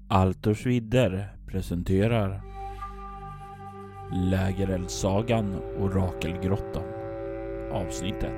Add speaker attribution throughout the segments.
Speaker 1: Altors vidder presenterar Lägereldssagan Orakelgrottan avsnitt 1.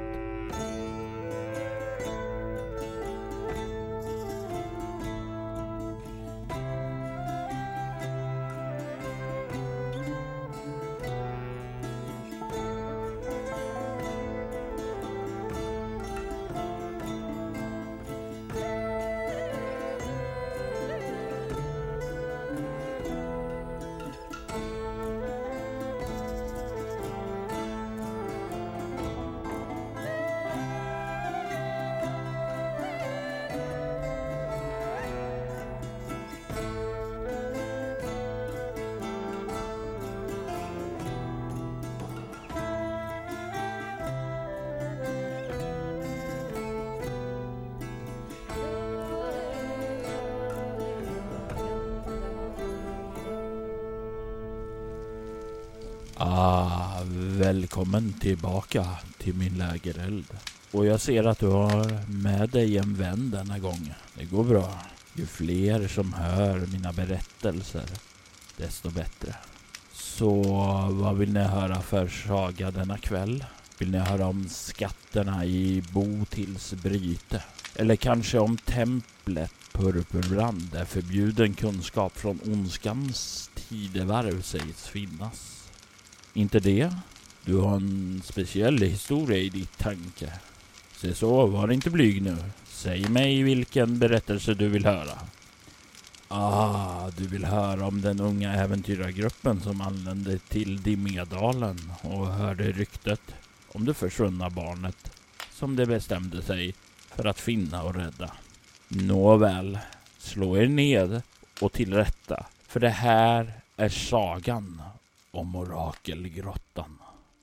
Speaker 1: Välkommen tillbaka till min lägereld. Och jag ser att du har med dig en vän denna gång. Det går bra. Ju fler som hör mina berättelser, desto bättre. Så vad vill ni höra för saga denna kväll? Vill ni höra om skatterna i Botils bryte? Eller kanske om templet Purpurbrand där förbjuden kunskap från ondskans tidevarv sägs finnas? Inte det? Du har en speciell historia i ditt tanke. Se så, var inte blyg nu. Säg mig vilken berättelse du vill höra. Du vill höra om den unga äventyrargruppen som anlände till Dimmedalen och hörde ryktet om det försvunna barnet som de bestämde sig för att finna och rädda. Nåväl, slå er ned och tillrätta, för det här är sagan om Orakelgrottan.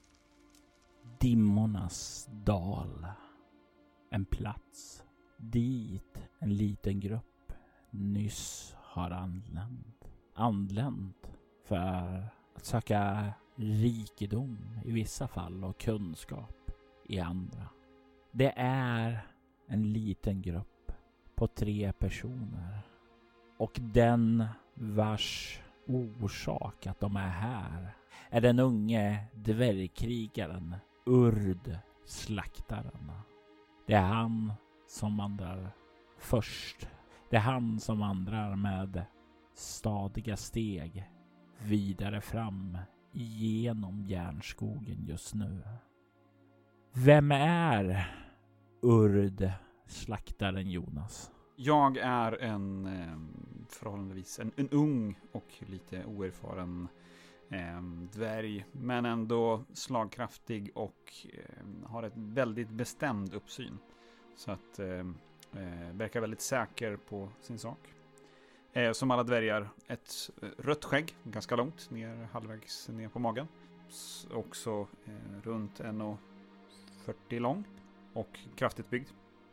Speaker 1: Dimmornas dal. En plats dit en liten grupp nyss har anlänt för att söka rikedom i vissa fall och kunskap i andra. Det är en liten grupp på 3 personer, och den vars orsak att de är här är den unge dvärgkrigaren Urd slaktaren. Det är han som vandrar först. Det är han som vandrar med stadiga steg vidare fram genom järnskogen just nu. Vem är Urd slaktaren, Jonas?
Speaker 2: Jag är en förhållandevis en ung och lite oerfaren dvärg, men ändå slagkraftig och har ett väldigt bestämd uppsyn. Så att verkar väldigt säker på sin sak. Som alla dvärgar, ett rött skägg, ganska långt, halvvägs ner på magen. Också runt 1,40 lång och kraftigt byggd.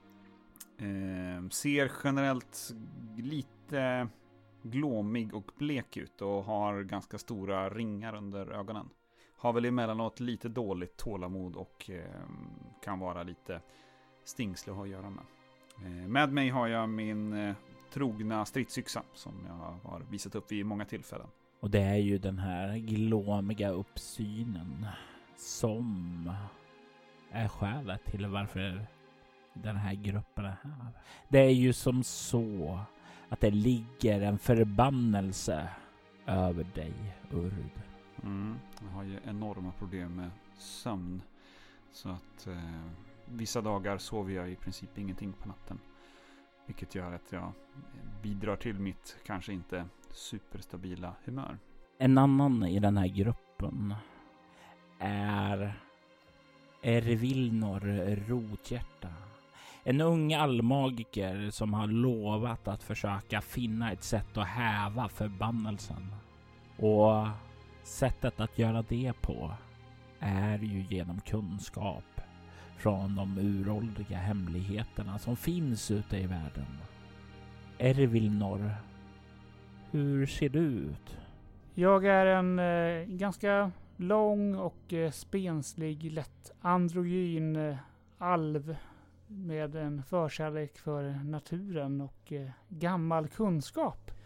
Speaker 2: Ser generellt lite glåmig och blek ut och har ganska stora ringar under ögonen. Har väl emellanåt lite dåligt tålamod och kan vara lite stingslig att ha att göra med. Med mig har jag min trogna stridsyxa som jag har visat upp vid många tillfällen.
Speaker 1: Och det är ju den här glåmiga uppsynen som är skälet till varför den här gruppen är här. Det är ju som så att det ligger en förbannelse över dig, Urd.
Speaker 2: Jag har ju enorma problem med sömn. Så att vissa dagar sover jag i princip ingenting på natten. Vilket gör att jag bidrar till mitt kanske inte superstabila humör.
Speaker 1: En annan i den här gruppen är Ervilnor Rothjärta. En ung allmagiker som har lovat att försöka finna ett sätt att häva förbannelsen. Och sättet att göra det på är ju genom kunskap från de uråldriga hemligheterna som finns ute i världen. Ervilnor, hur ser du ut?
Speaker 3: Jag är en ganska lång och spenslig, lätt androgyn alv med en förkärlek för naturen och gammal kunskap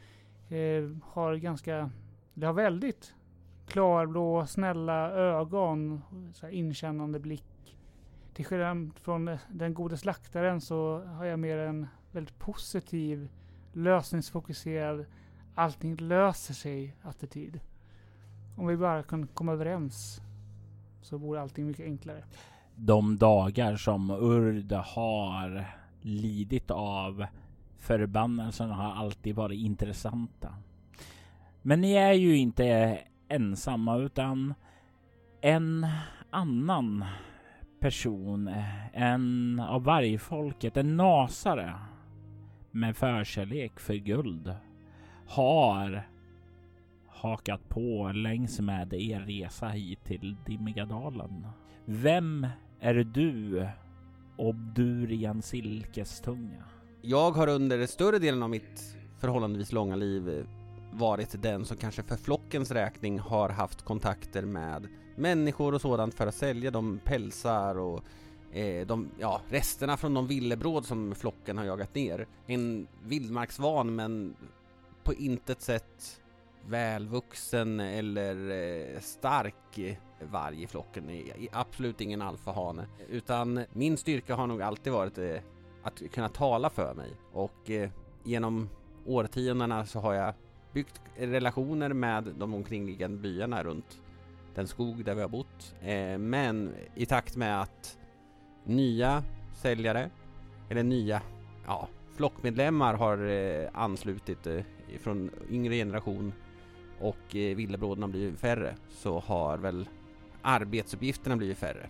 Speaker 3: har väldigt klarblå, snälla ögon, så här inkännande blick. Till skillnad från den gode slaktaren så har jag mer en väldigt positiv, lösningsfokuserad, allting löser sig attityd. Om vi bara kan komma överens så vore allting mycket enklare.
Speaker 1: De dagar som Urd har lidit av förbannelsen har alltid varit intressanta. Men ni är ju inte ensamma, utan en annan person, en av vargfolket, en nasare med förkärlek för guld, har hakat på längs med er resa hit till Dimmigadalen. Vem är du, Obdurian Silkestunga?
Speaker 4: Jag har under större delen av mitt förhållandevis långa liv varit den som kanske för flockens räkning har haft kontakter med människor och sådant för att sälja de pälsar och resterna från de villebråd som flocken har jagat ner. En vildmarksvan men på intet sätt välvuxen eller stark varg i flocken. Absolut ingen alfahane. Utan min styrka har nog alltid varit att kunna tala för mig. Och genom årtiondena så har jag byggt relationer med de omkringliggande byarna runt den skog där vi har bott. Men i takt med att nya säljare eller nya flockmedlemmar har anslutit från yngre generation och villebråden har blivit färre, så har väl arbetsuppgifterna blivit färre.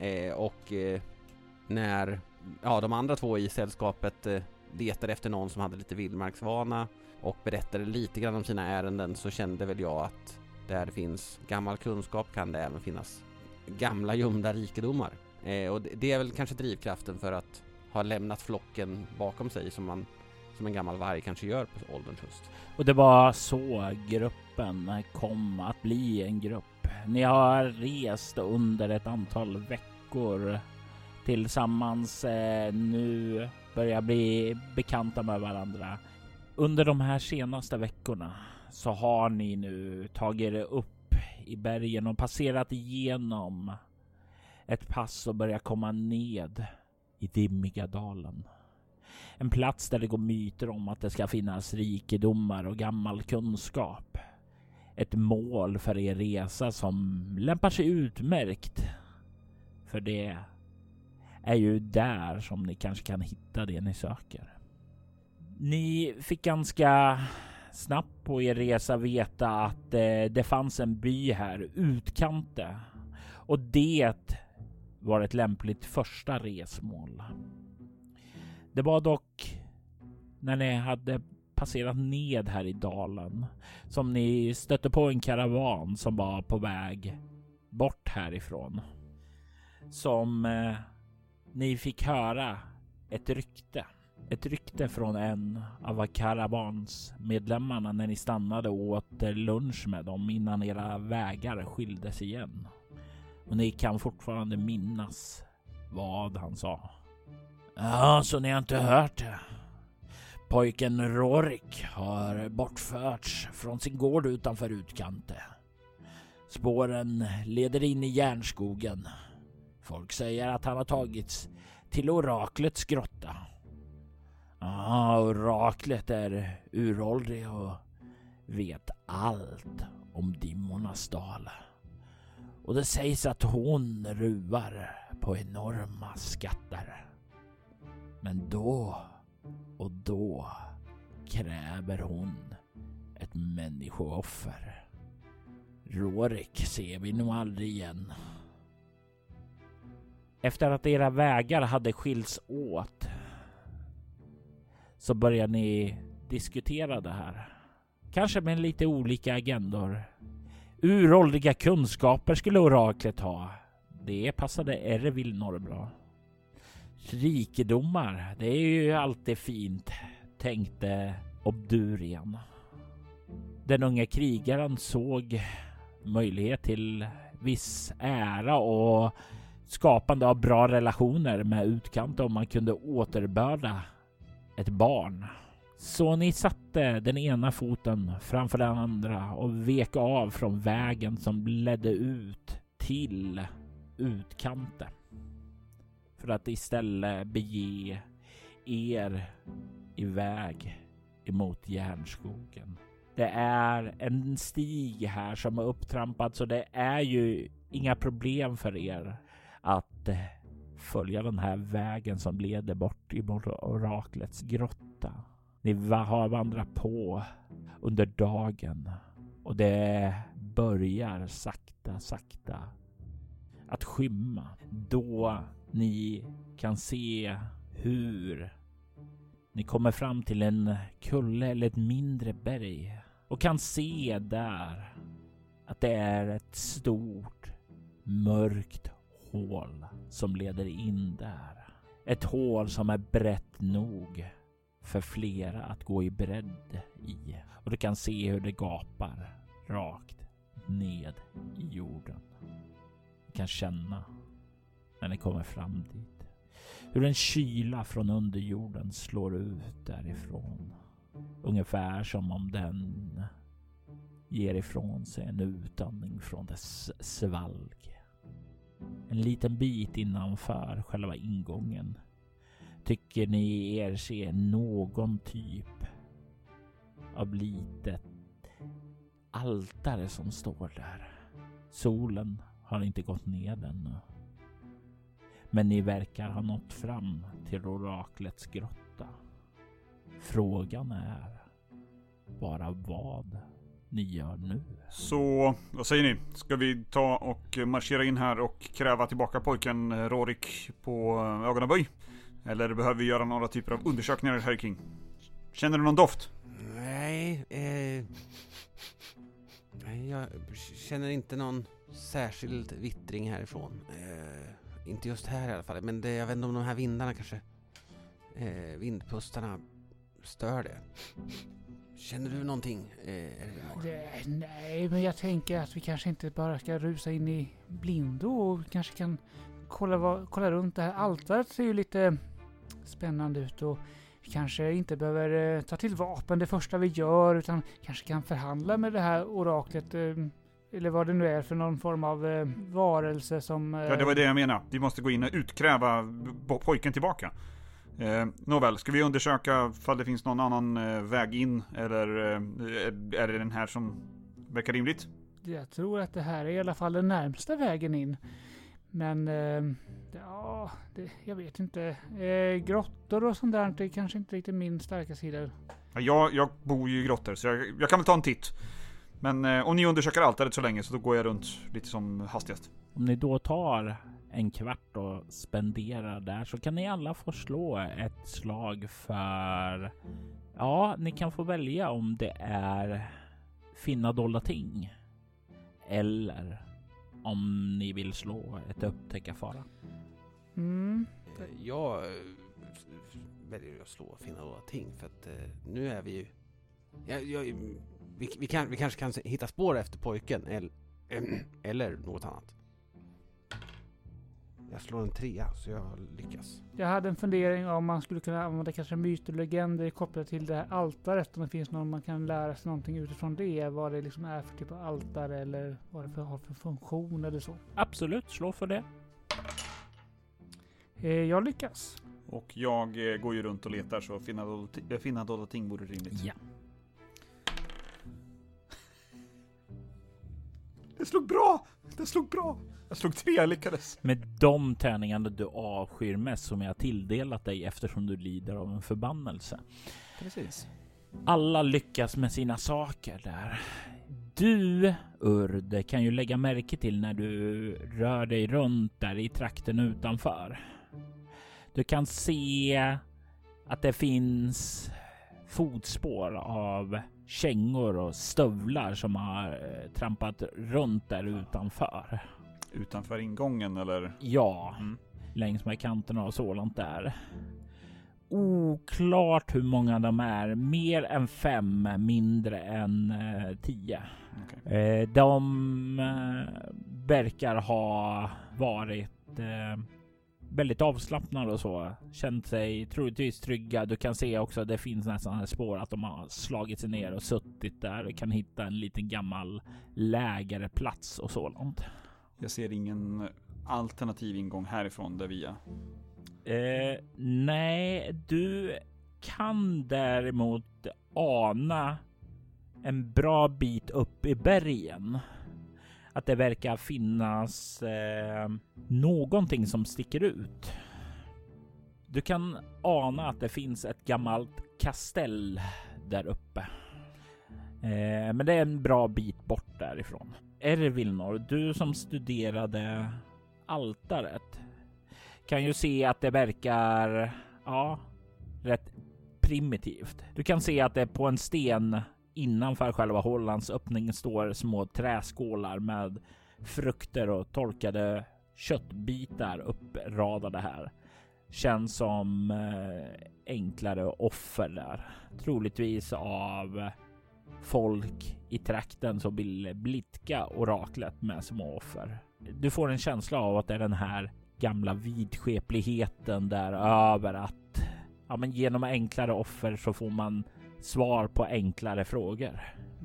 Speaker 4: När de andra två i sällskapet letade efter någon som hade lite vildmarksvana och berättade lite grann om sina ärenden, så kände väl jag att där det finns gammal kunskap kan det även finnas gamla gömda rikedomar. Och det är väl kanske drivkraften för att ha lämnat flocken bakom sig som en gammal varg kanske gör på ålderns höst.
Speaker 1: Och det var så gruppen kom att bli en grupp. Ni har rest under ett antal veckor tillsammans, nu börjar bli bekanta med varandra. Under de här senaste veckorna så har ni nu tagit er upp i bergen och passerat igenom ett pass och börjar komma ned i Dimmigadalen. En plats där det går myter om att det ska finnas rikedomar och gammal kunskap. Ett mål för er resa som lämpar sig utmärkt. För det är ju där som ni kanske kan hitta det ni söker. Ni fick ganska snabbt på er resa veta att det fanns en by här, Utkante. Och det var ett lämpligt första resmål. Det var dock när ni hade passerat ned här i dalen som ni stötte på en karavan som var på väg bort härifrån. Som ni fick höra ett rykte. Ett rykte från en av karavansmedlemmarna när ni stannade och åt lunch med dem innan era vägar skildes igen. Och ni kan fortfarande minnas vad han sa. Ja, så ni har inte hört det. Pojken Rorik har bortförts från sin gård utanför Utkante. Spåren leder in i järnskogen. Folk säger att han har tagits till oraklets grotta. Ja, oraklet är uråldrig och vet allt om dimmornas dal. Och det sägs att hon ruvar på enorma skatter. Men då och då kräver hon ett människooffer. Rorik ser vi nog aldrig igen. Efter att era vägar hade skilts åt så började ni diskutera det här. Kanske med lite olika agendor. Uråldriga kunskaper skulle oraklet ha. Det passade Ervil norrbra. Rikedomar, det är ju alltid fint, tänkte Obdurian. Den unga krigaren såg möjlighet till viss ära och skapande av bra relationer med Utkante om man kunde återbörda ett barn Så ni satte den ena foten framför den andra och vek av från vägen som ledde ut till utkanten. För att istället bege er iväg emot järnskogen. Det är en stig här som är upptrampad, så det är ju inga problem för er att följa den här vägen som leder bort i oraklets grotta. Ni har vandrat på under dagen och det börjar sakta att skymma. Då ni kan se hur ni kommer fram till en kulle eller ett mindre berg och kan se där att det är ett stort mörkt hål som leder in där. Ett hål som är brett nog för flera att gå i bredd i. Och du kan se hur det gapar rakt ned i jorden. Du kan känna när ni kommer fram dit hur en kyla från underjorden slår ut därifrån. Ungefär som om den ger ifrån sig en utandning från dess svalg. En liten bit innanför själva ingången tycker ni er se någon typ av litet altare som står där. Solen har inte gått ned ännu. Men ni verkar ha nått fram till oraklets grotta. Frågan är bara vad ni gör nu.
Speaker 2: Så, vad säger ni? Ska vi ta och marschera in här och kräva tillbaka pojken Rorik på ögonaböj? Eller behöver vi göra några typer av undersökningar här kring? Känner du någon doft?
Speaker 4: Nej, jag känner inte någon särskild vittring härifrån. Inte just här i alla fall, men jag vet inte om de här vindarna kanske, vindpustarna stör det. Känner du någonting?
Speaker 3: Nej, men jag tänker att vi kanske inte bara ska rusa in i blindo och kanske kan kolla runt det här. Altaret ser ju lite spännande ut och vi kanske inte behöver ta till vapen det första vi gör, utan kanske kan förhandla med det här oraklet, eller vad det nu är för någon form av varelse som...
Speaker 2: Ja, det var det jag menar. Vi måste gå in och utkräva pojken tillbaka. Nåväl, ska vi undersöka ifall det finns någon annan väg in, eller är det den här som verkar rimligt?
Speaker 3: Jag tror att det här är i alla fall den närmsta vägen in. Men ja, jag vet inte. Grottor och sånt där, det är kanske inte riktigt min starka sida.
Speaker 2: Ja, jag bor ju i grottor, så jag kan väl ta en titt. Men om ni undersöker altaret så länge, så då går jag runt lite som hastigast.
Speaker 1: Om ni då tar en kvart och spenderar där, så kan ni alla få slå ett slag för... Ja, ni kan få välja om det är finna dolda ting. Eller om ni vill slå ett upptäcka fara.
Speaker 4: Jag väljer att slå finna dolda ting, för att nu är vi ju... Vi kanske kan hitta spår efter pojken eller något annat. Jag slår en 3, så jag lyckas.
Speaker 3: Jag hade en fundering om man skulle kunna använda kanske myter och legender kopplat till det här altaret. Om det finns någon man kan lära sig någonting utifrån det. Vad det liksom är för typ av altare eller vad det har för funktion eller så.
Speaker 1: Absolut, slå för det.
Speaker 3: Jag lyckas.
Speaker 2: Och jag går ju runt och letar, så finna dolda ting borde rimligt.
Speaker 1: Ja.
Speaker 2: Det slog bra! Jag slog 3, jag lyckades.
Speaker 1: Med de tärningarna du avskyr mest som jag tilldelat dig eftersom du lider av en förbannelse.
Speaker 2: Precis.
Speaker 1: Alla lyckas med sina saker där. Du, Urd, kan ju lägga märke till när du rör dig runt där i trakten utanför. Du kan se att det finns fotspår av kängor och stövlar som har trampat runt där utanför.
Speaker 2: Utanför ingången, eller?
Speaker 1: Ja, längs med kanterna och sådant där. Oklart hur många de är. Mer än 5, mindre än 10. Okay. De verkar ha varit väldigt avslappnade och så. Känt sig troligtvis trygga. Du kan se också att det finns nästan här spår att de har slagit sig ner och suttit där. Du kan hitta en liten gammal lägerplats och sådant.
Speaker 2: Jag ser ingen alternativ ingång härifrån där vi är.
Speaker 1: Nej, du kan däremot ana en bra bit upp i bergen att det verkar finnas någonting som sticker ut. Du kan ana att det finns ett gammalt kastell där uppe. Men det är en bra bit bort därifrån. Ervilnor, du som studerade altaret kan ju se att det verkar rätt primitivt. Du kan se att det på en sten innanför själva hållans öppning står små träskålar med frukter och torkade köttbitar uppradade här. Känns som enklare offer där. Troligtvis av folk i trakten som vill blidka oraklet med små offer. Du får en känsla av att det är den här gamla vidskepligheten där över att men genom enklare offer så får man svar på enklare frågor.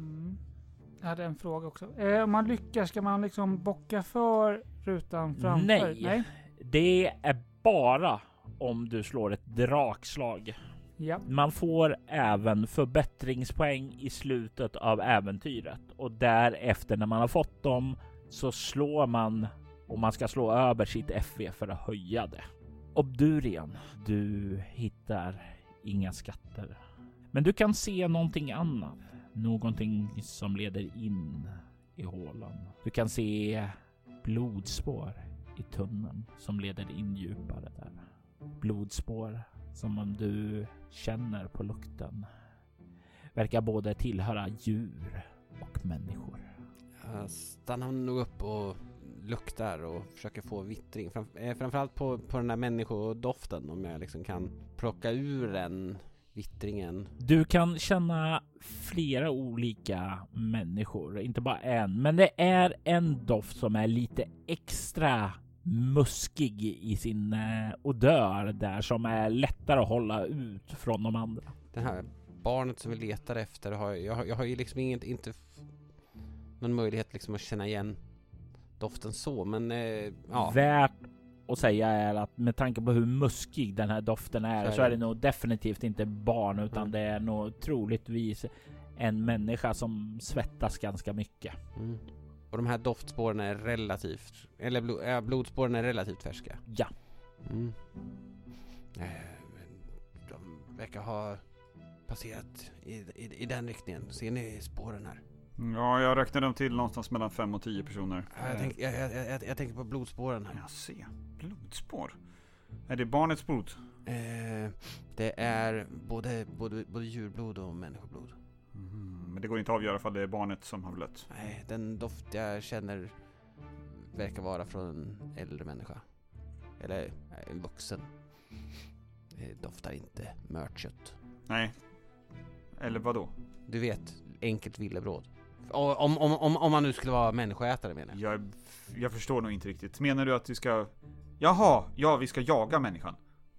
Speaker 3: Jag hade en fråga också. Om man lyckas, ska man liksom bocka för rutan framför?
Speaker 1: Nej. Det är bara om du slår ett drakslag.
Speaker 3: Ja.
Speaker 1: Man får även förbättringspoäng i slutet av äventyret. Och därefter när man har fått dem så slår man, och man ska slå över sitt FV för att höja det. Obdurian, du hittar inga skatter. Men du kan se någonting annat. Någonting som leder in i hålan. Du kan se blodspår i tunneln som leder in djupare där. Blodspår som om du känner på lukten verkar både tillhöra djur och människor.
Speaker 4: Jag stannar nog upp och luktar och försöker få vittring. Framförallt på den där människodoften, om jag liksom kan plocka ur den vittringen.
Speaker 1: Du kan känna flera olika människor, inte bara en. Men det är en doft som är lite extra muskig i sin odör där, som är lättare att hålla ut från de andra.
Speaker 4: Det här barnet som vi letar efter, jag har ju liksom inte någon möjlighet liksom att känna igen doften så, men ja.
Speaker 1: Värt att säga är att med tanke på hur muskig den här doften är så är det nog definitivt inte barn, utan det är nog troligtvis en människa som svettas ganska mycket.
Speaker 4: Och de här doftspåren är relativt, eller blodspåren är relativt färska.
Speaker 1: Ja.
Speaker 4: De verkar ha passerat i den riktningen. Ser ni spåren här?
Speaker 2: Ja, jag räknar dem till någonstans mellan 5 och 10 personer.
Speaker 4: Jag tänker på blodspåren här.
Speaker 2: Jag ser. Blodspår? Är det barnets blod?
Speaker 4: Det är både djurblod och människoblod.
Speaker 2: Men det går inte att avgöra för det är barnet som har blött.
Speaker 4: Nej, den doft jag känner verkar vara från en äldre människa. Eller en vuxen. Det doftar inte mört kött.
Speaker 2: Nej. Eller vad då?
Speaker 4: Du vet, enkelt villebråd. Om man nu skulle vara människoätare, menar jag.
Speaker 2: Jag förstår nog inte riktigt. Menar du att vi ska... Jaha, ja, vi ska jaga människan.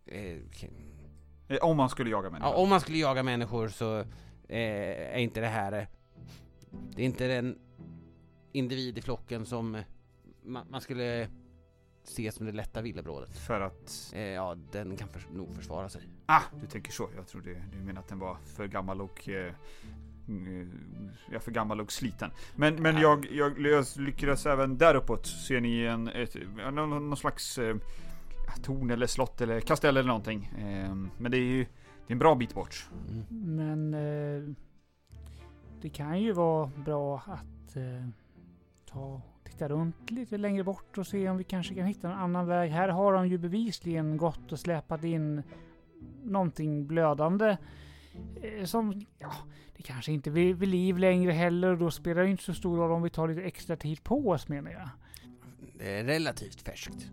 Speaker 2: Om man skulle jaga människan.
Speaker 4: Ja, om man skulle jaga människor så är inte det här... Det är inte den individ i flocken som man skulle se som det lätta villebrådet.
Speaker 2: För att...
Speaker 4: Ja, den kan nog försvara sig.
Speaker 2: Du tänker så. Jag tror du menar att den var för gammal och... för gammal och sliten. Men jag lyckades även där uppåt. Ser ni någon slags torn eller slott eller kastell eller någonting. Men det är en bra bit bort.
Speaker 3: Men det kan ju vara bra att titta runt lite längre bort och se om vi kanske kan hitta en annan väg. Här har de ju bevisligen gått och släpat in någonting blödande som, det kanske inte är vid liv längre heller, och då spelar det inte så stor roll om vi tar lite extra tid på oss, menar jag.
Speaker 4: Det är relativt färskt.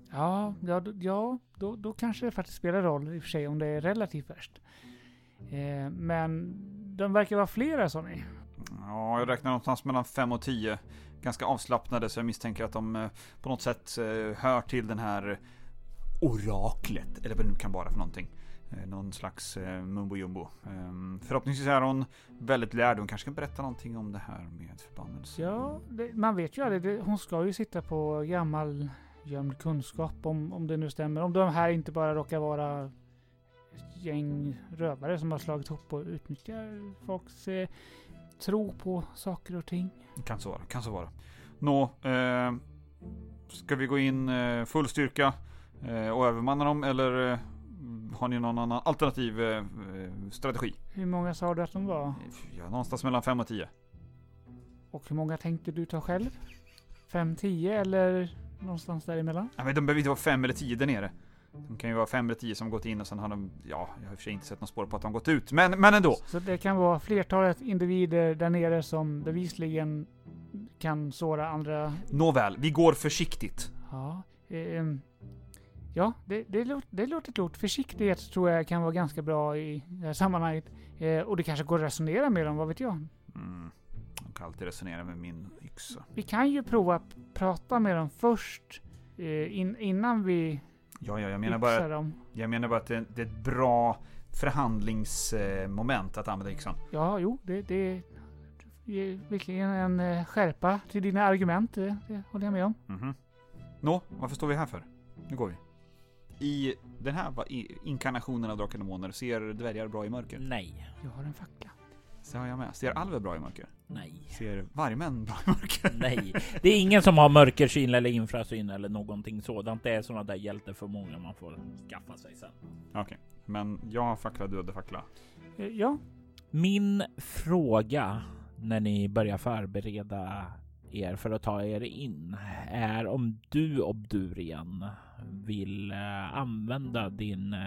Speaker 3: Då kanske det faktiskt spelar roll i och för sig om det är relativt färskt. Men de verkar vara flera, sa ni.
Speaker 2: Ja, jag räknar någonstans mellan 5 och 10. Ganska avslappnade, så jag misstänker att de på något sätt hör till den här oraklet, eller vad det nu kan vara för någonting. Någon slags mumbo jumbo. Förhoppningsvis är hon väldigt lärd. Hon kanske kan berätta någonting om det här med förbannelse.
Speaker 3: Ja, man vet ju aldrig. Hon ska ju sitta på gammal gömd kunskap om det nu stämmer. Om de här inte bara råkar vara ett gäng rövare som har slagit ihop och utnyttjar folks tro på saker och ting.
Speaker 2: Kan så vara. Nå, ska vi gå in full styrka och övermanna dem, eller har ni någon annan alternativ strategi?
Speaker 3: Hur många sa du att de var?
Speaker 2: Ja, någonstans mellan 5 och 10.
Speaker 3: Och hur många tänkte du ta själv? 5-10 eller någonstans däremellan?
Speaker 2: Ja, men de behöver inte vara 5 eller 10 där nere. De kan ju vara 5 eller 10 som gått in och sen har de, ja, jag har i och för sig inte sett någon spår på att de gått ut. Men ändå.
Speaker 3: Så det kan vara flertalet individer där nere som bevisligen kan såra andra.
Speaker 2: Nåväl, vi går försiktigt.
Speaker 3: Ja, ja, det låter klokt. Försiktighet tror jag kan vara ganska bra i det här sammanhanget. Och det kanske går att resonera med dem, vad vet jag?
Speaker 2: Jag kan alltid resonera med min yxa.
Speaker 3: Vi kan ju prova att prata med dem först innan vi
Speaker 2: Jag menar bara att det är ett bra förhandlingsmoment att använda yxan.
Speaker 3: Ja, jo, det är verkligen en skärpa till dina argument. Det håller jag med om.
Speaker 2: Nå, varför står vi här för? Nu går vi. I den här inkarnationen av drakar och demoner, ser dvärgar bra i mörker?
Speaker 1: Nej.
Speaker 3: Jag har en fackla.
Speaker 2: Så har jag med. Ser alver bra i mörker?
Speaker 1: Nej.
Speaker 2: Ser vargmän bra i mörker?
Speaker 1: Nej. Det är ingen som har mörkersyn eller infrasyn eller någonting sådant. Det är sådana där hjälteförmågor man får skaffa sig sen.
Speaker 2: Okej. Men jag har fackla, du hade fackla.
Speaker 3: Ja.
Speaker 1: Min fråga när ni börjar förbereda er för att ta er in är om du, Obdurian, vill använda din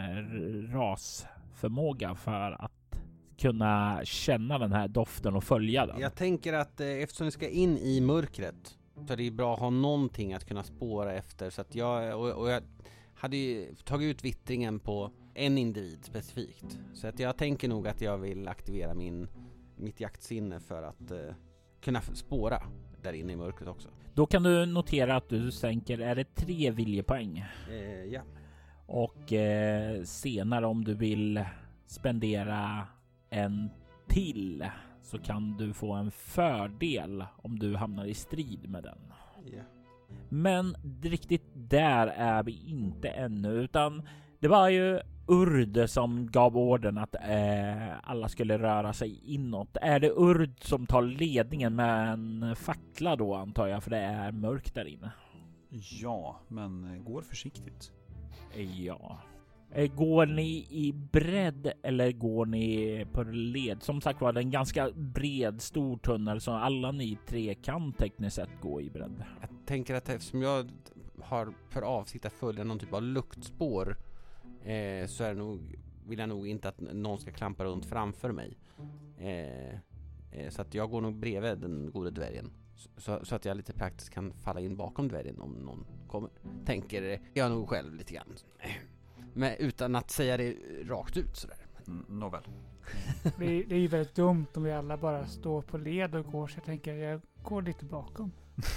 Speaker 1: rasförmåga för att kunna känna den här doften och följa den.
Speaker 4: Jag tänker att eftersom vi ska in i mörkret så är det bra att ha någonting att kunna spåra efter. Så att jag hade ju tagit ut vittringen på en individ specifikt. Så att jag tänker nog att jag vill aktivera mitt jaktsinne för att kunna spåra där inne i mörkret också.
Speaker 1: Då kan du notera att du sänker, är det 3 viljepoäng?
Speaker 4: Ja.
Speaker 1: Och senare om du vill spendera en till så kan du få en fördel om du hamnar i strid med den.
Speaker 4: Ja.
Speaker 1: Men riktigt där är vi inte ännu, utan det var ju Urd som gav orden att alla skulle röra sig inåt. Är det Urd som tar ledningen med en fackla då, antar jag, för det är mörkt där inne?
Speaker 2: Ja, men går försiktigt.
Speaker 1: Ja. Går ni i bredd eller går ni på led? Som sagt var det en ganska bred, stor tunnel som alla ni 3 kan tekniskt sett gå i bredd.
Speaker 4: Jag tänker att eftersom jag har för avsikt att följa någon typ av luktspår så är det vill jag nog inte att någon ska klampa runt framför mig. Så att jag går nog bredvid den gode dvärgen. Så att jag lite praktiskt kan falla in bakom dvärgen om någon kommer. Tänker jag nog själv lite grann. Men utan att säga det rakt ut sådär.
Speaker 2: Nåväl.
Speaker 3: Det är ju väldigt dumt om vi alla bara står på led och går, så jag tänker jag går lite bakom.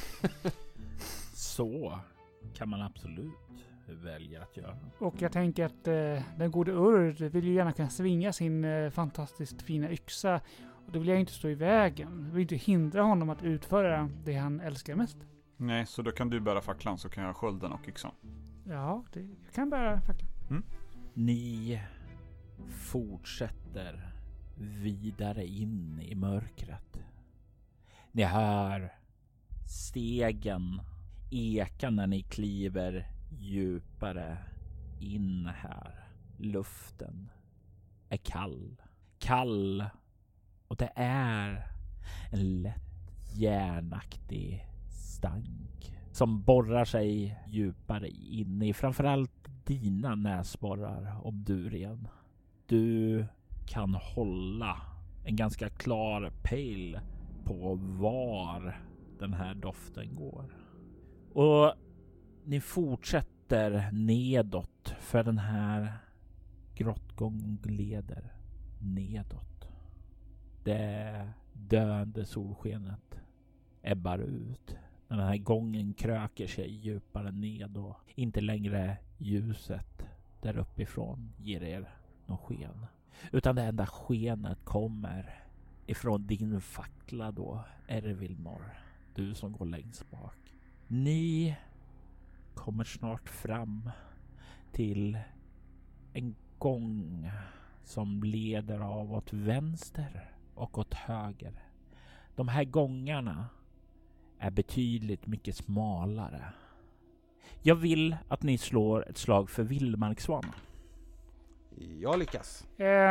Speaker 1: Så kan man absolut välja att göra.
Speaker 3: Och jag tänker att den gode Urd vill ju gärna kunna svinga sin fantastiskt fina yxa. Och då vill jag inte stå i vägen. Jag vill inte hindra honom att utföra det han älskar mest.
Speaker 2: Nej, så då kan du bära facklan så kan jag skölden och yxan.
Speaker 3: Ja, jag kan bära facklan.
Speaker 1: Ni fortsätter vidare in i mörkret. Ni hör stegen eka när ni kliver djupare in här. Luften är kall. Kall. Och det är en lätt järnaktig stank som borrar sig djupare in i framförallt dina näsborrar, Obdurian. Du kan hålla en ganska klar pejl på var den här doften går. Och ni fortsätter nedåt, för den här grottgången leder nedåt. Det döende solskenet ebbar ut Den här gången kröker sig djupare ned och inte längre ljuset där uppifrån ger er någon sken. Utan det enda skenet kommer ifrån din fackla då, Ervilnor. Du som går längst bak. Ni kommer snart fram till en gång som leder av åt vänster och åt höger. De här gångarna är betydligt mycket smalare. Jag vill att ni slår ett slag för vildmarksvana.
Speaker 4: Jag lyckas.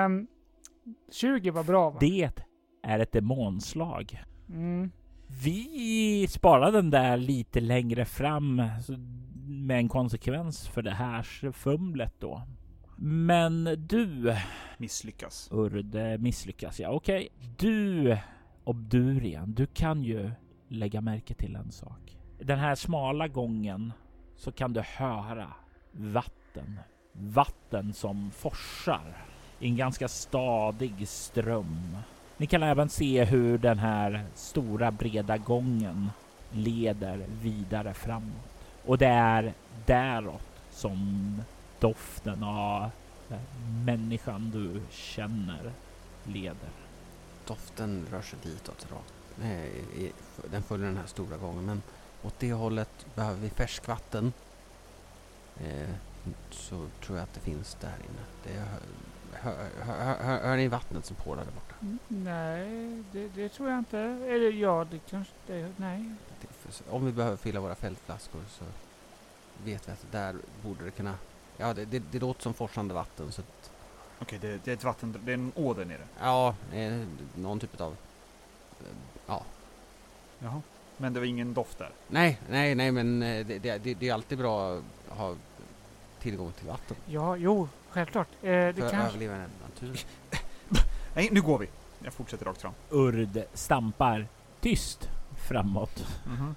Speaker 3: 20 var bra, va?
Speaker 1: Det är ett demonslag.
Speaker 3: Mm.
Speaker 1: Vi sparar den där lite längre fram med en konsekvens för det här fumlet då. Men du...
Speaker 2: Misslyckas.
Speaker 1: Urde misslyckas, ja. Okej. Du, Obdurian, du kan ju lägga märke till en sak. Den här smala gången så kan du höra vatten. Vatten som forsar i en ganska stadig ström. Ni kan även se hur den här stora breda gången leder vidare framåt. Och det är däråt som doften av människan du känner leder.
Speaker 4: Doften rör sig ditåt rakt. Den följer den här stora gången, men åt det hållet behöver vi färskvatten. Så tror jag att det finns där inne. Hör ni vattnet som porlar där borta?
Speaker 3: Nej, det tror jag inte. Eller ja, det kanske... nej.
Speaker 4: Om vi behöver fylla våra fältflaskor så vet vi att där borde det kunna... Ja, det låter som forsande vatten. Så att,
Speaker 2: Okej, det är ett vatten, det är en åder nere.
Speaker 4: ja, någon typ av... Ja.
Speaker 2: Jaha. Men det var ingen doft där.
Speaker 4: Nej, men det är alltid bra att ha tillgång till vatten.
Speaker 3: Ja, jo, självklart. Det
Speaker 4: För att
Speaker 3: kanske...
Speaker 4: överleva i naturen.
Speaker 2: Nej, nu går vi. Jag fortsätter rakt fram.
Speaker 1: Urd stampar tyst framåt.
Speaker 2: Mhm.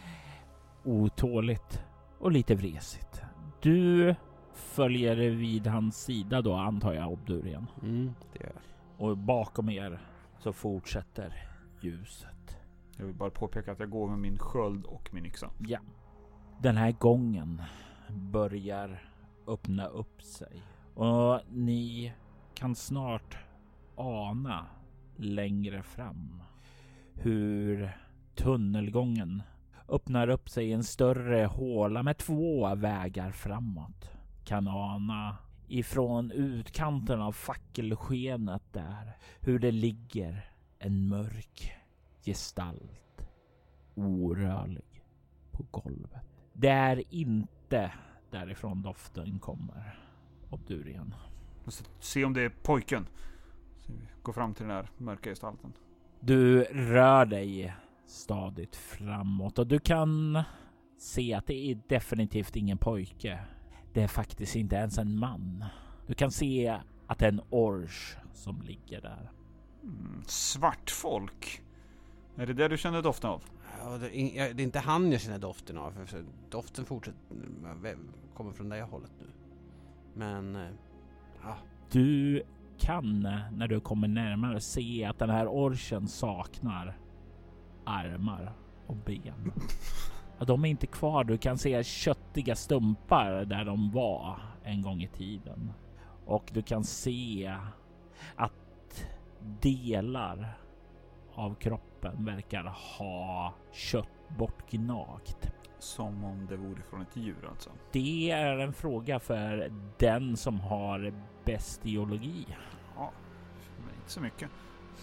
Speaker 1: Otåligt och lite vresigt. Du följer vid hans sida då, antar jag, Obdurian.
Speaker 4: Det gör jag.
Speaker 1: Och bakom er så fortsätter ljuset.
Speaker 2: Jag vill bara påpeka att jag går med min sköld och min yxa.
Speaker 1: Ja. Den här gången börjar öppna upp sig. Och ni kan snart ana längre fram hur tunnelgången öppnar upp sig i en större håla med 2 vägar framåt. Kan ana ifrån utkanten av fackelskenet där hur det ligger en mörk gestalt, orörlig på golvet. Det är inte därifrån doften kommer, Obdurian.
Speaker 2: Måste se om det är pojken. Så vi går fram till den där mörka gestalten.
Speaker 1: Du rör dig stadigt framåt och du kan se att det är definitivt ingen pojke. Det är faktiskt inte ens en man. Du kan se att det är en orch som ligger där.
Speaker 2: Svart folk. Är det du känner doften av?
Speaker 4: Ja, det är inte han jag känner doften av. För doften kommer från det hållet nu. Men, ja.
Speaker 1: Du kan, när du kommer närmare, se att den här orchen saknar armar och ben. De är inte kvar. Du kan se köttiga stumpar där de var en gång i tiden. Och du kan se att delar av kroppen verkar ha kött bortgnagt.
Speaker 2: Som om det vore från ett djur alltså.
Speaker 1: Det är en fråga för den som har bestiologi.
Speaker 2: Ja, men inte så mycket.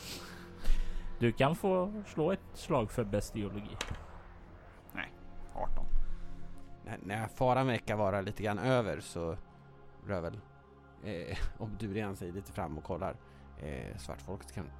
Speaker 1: Du kan få slå ett slag för bestiologi.
Speaker 2: Nej, 18.
Speaker 4: När faran verkar vara lite grann över så rör väl Obdurian sig lite fram och kollar. Svartfolket kan...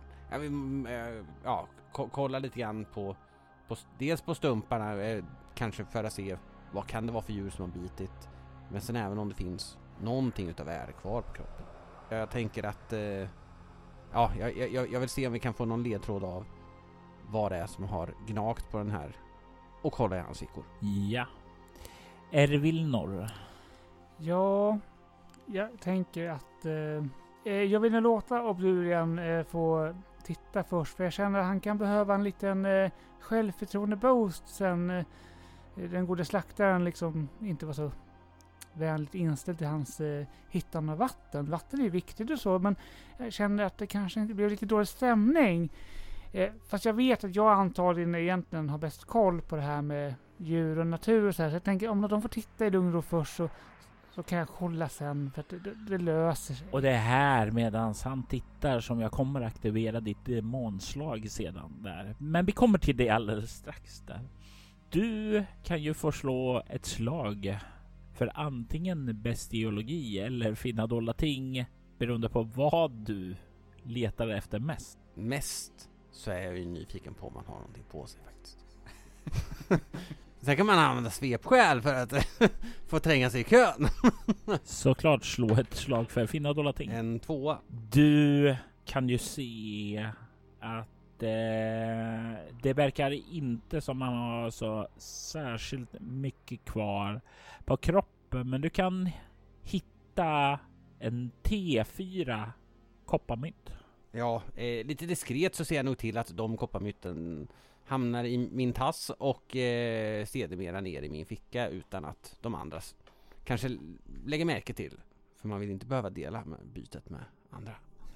Speaker 4: kolla lite grann på dels på stumparna, kanske för att se vad kan det vara för djur som har bitit. Men sen även om det finns någonting utav är kvar på kroppen. Jag tänker att jag vill se om vi kan få någon ledtråd av vad det är som har gnagt på den här och kolla i hans fickor.
Speaker 1: Ja. Ervilnor.
Speaker 3: Ja, jag tänker att jag vill låta Obdurian få titta först. För jag känner att han kan behöva en liten självförtroende-boost sen den gode slaktaren liksom inte var så vänligt inställd till hans hittande av vatten. Vatten är viktigt och så, men jag känner att det kanske inte blev lite dålig stämning. Fast jag vet att jag antagligen egentligen har bäst koll på det här med djur och natur och så här. Så jag tänker om de får titta i lugn och ro först så kan jag kolla sen för att det löser sig.
Speaker 1: Och det är här medan han tittar som jag kommer aktivera ditt demonslag sedan där. Men vi kommer till det alldeles strax där. Du kan ju få slå ett slag för antingen bestiologi eller finna dolda ting beroende på vad du letar efter mest.
Speaker 4: Mest så är jag ju nyfiken på om man har någonting på sig faktiskt. Sen kan man använda svepskäl för att få tränga sig i kön.
Speaker 1: Såklart slå ett slag för finna dolda ting.
Speaker 4: En 2.
Speaker 1: Du kan ju se att det verkar inte som man har så särskilt mycket kvar på kroppen. Men du kan hitta en T4 kopparmynt.
Speaker 4: Ja, lite diskret så ser jag nog till att de kopparmytten hamnar i min tass och sedermera ner i min ficka utan att de andra kanske lägger märke till. För man vill inte behöva dela med bytet med andra.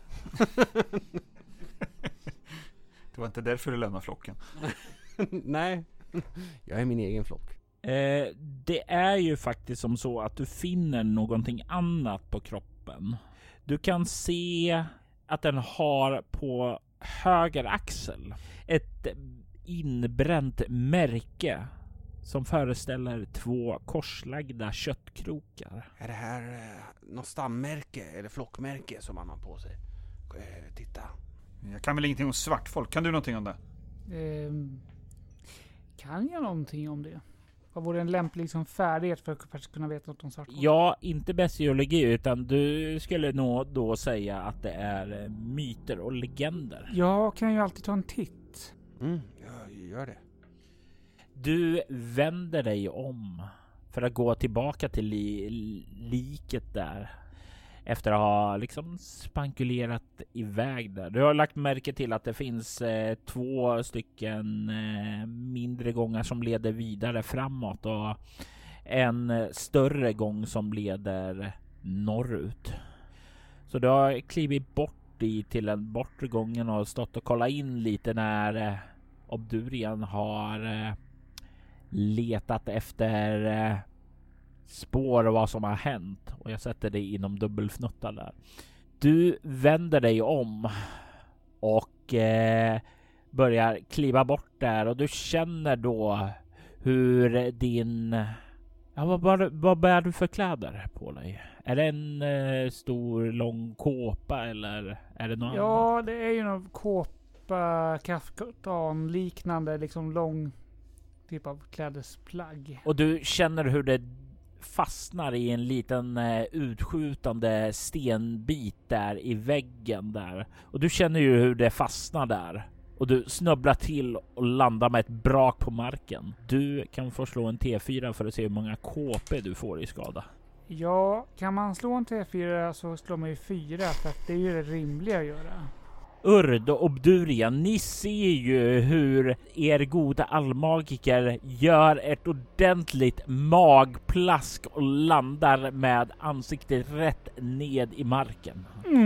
Speaker 2: Det var inte därför du lämnade flocken.
Speaker 4: Nej, jag är min egen flock.
Speaker 1: Det är ju faktiskt som så att du finner någonting annat på kroppen. Du kan se att den har på höger axel ett inbränt märke som föreställer 2 korslagda köttkrokar.
Speaker 4: Är det här något stammärke eller flockmärke som man har på sig? Titta.
Speaker 2: Jag kan väl ingenting om svartfolk. Kan du någonting om det?
Speaker 3: Kan jag någonting om det? Vad vore en lämplig liksom färdighet för att kunna veta något om svartfolk?
Speaker 1: Ja, inte bestiologi utan du skulle nog då säga att det är myter och legender.
Speaker 3: Jag kan ju alltid ta en titt.
Speaker 4: Jag gör det.
Speaker 1: Du vänder dig om för att gå tillbaka till liket där. Efter att ha liksom spankulerat iväg där. Du har lagt märke till att det finns 2 stycken mindre gångar som leder vidare framåt och en större gång som leder norrut. Så du har klivit bort till den bortre gången och stått och kollat in lite när Obdurian har letat efter spår och vad som har hänt. Och jag sätter dig inom dubbelfnuttar där. Du vänder dig om och börjar kliva bort där. Och du känner då hur din... Ja, vad bär du för kläder på dig? Är det en stor lång kåpa eller är det något annat?
Speaker 3: Ja, det är ju någon kåpa, kaftan liknande liksom lång typ av klädesplagg.
Speaker 1: Och du känner hur det fastnar i en liten utskjutande stenbit där i väggen där. Och du känner ju hur det fastnar där. Och du snubblar till och landar med ett brak på marken. Du kan få slå en T4 för att se hur många KP du får i skada.
Speaker 3: Ja, kan man slå en T4 så slår man ju 4 för att det är ju det rimliga att göra.
Speaker 1: Urd och Obdurian, ni ser ju hur er goda allmagiker gör ett ordentligt magplask och landar med ansiktet rätt ned i marken.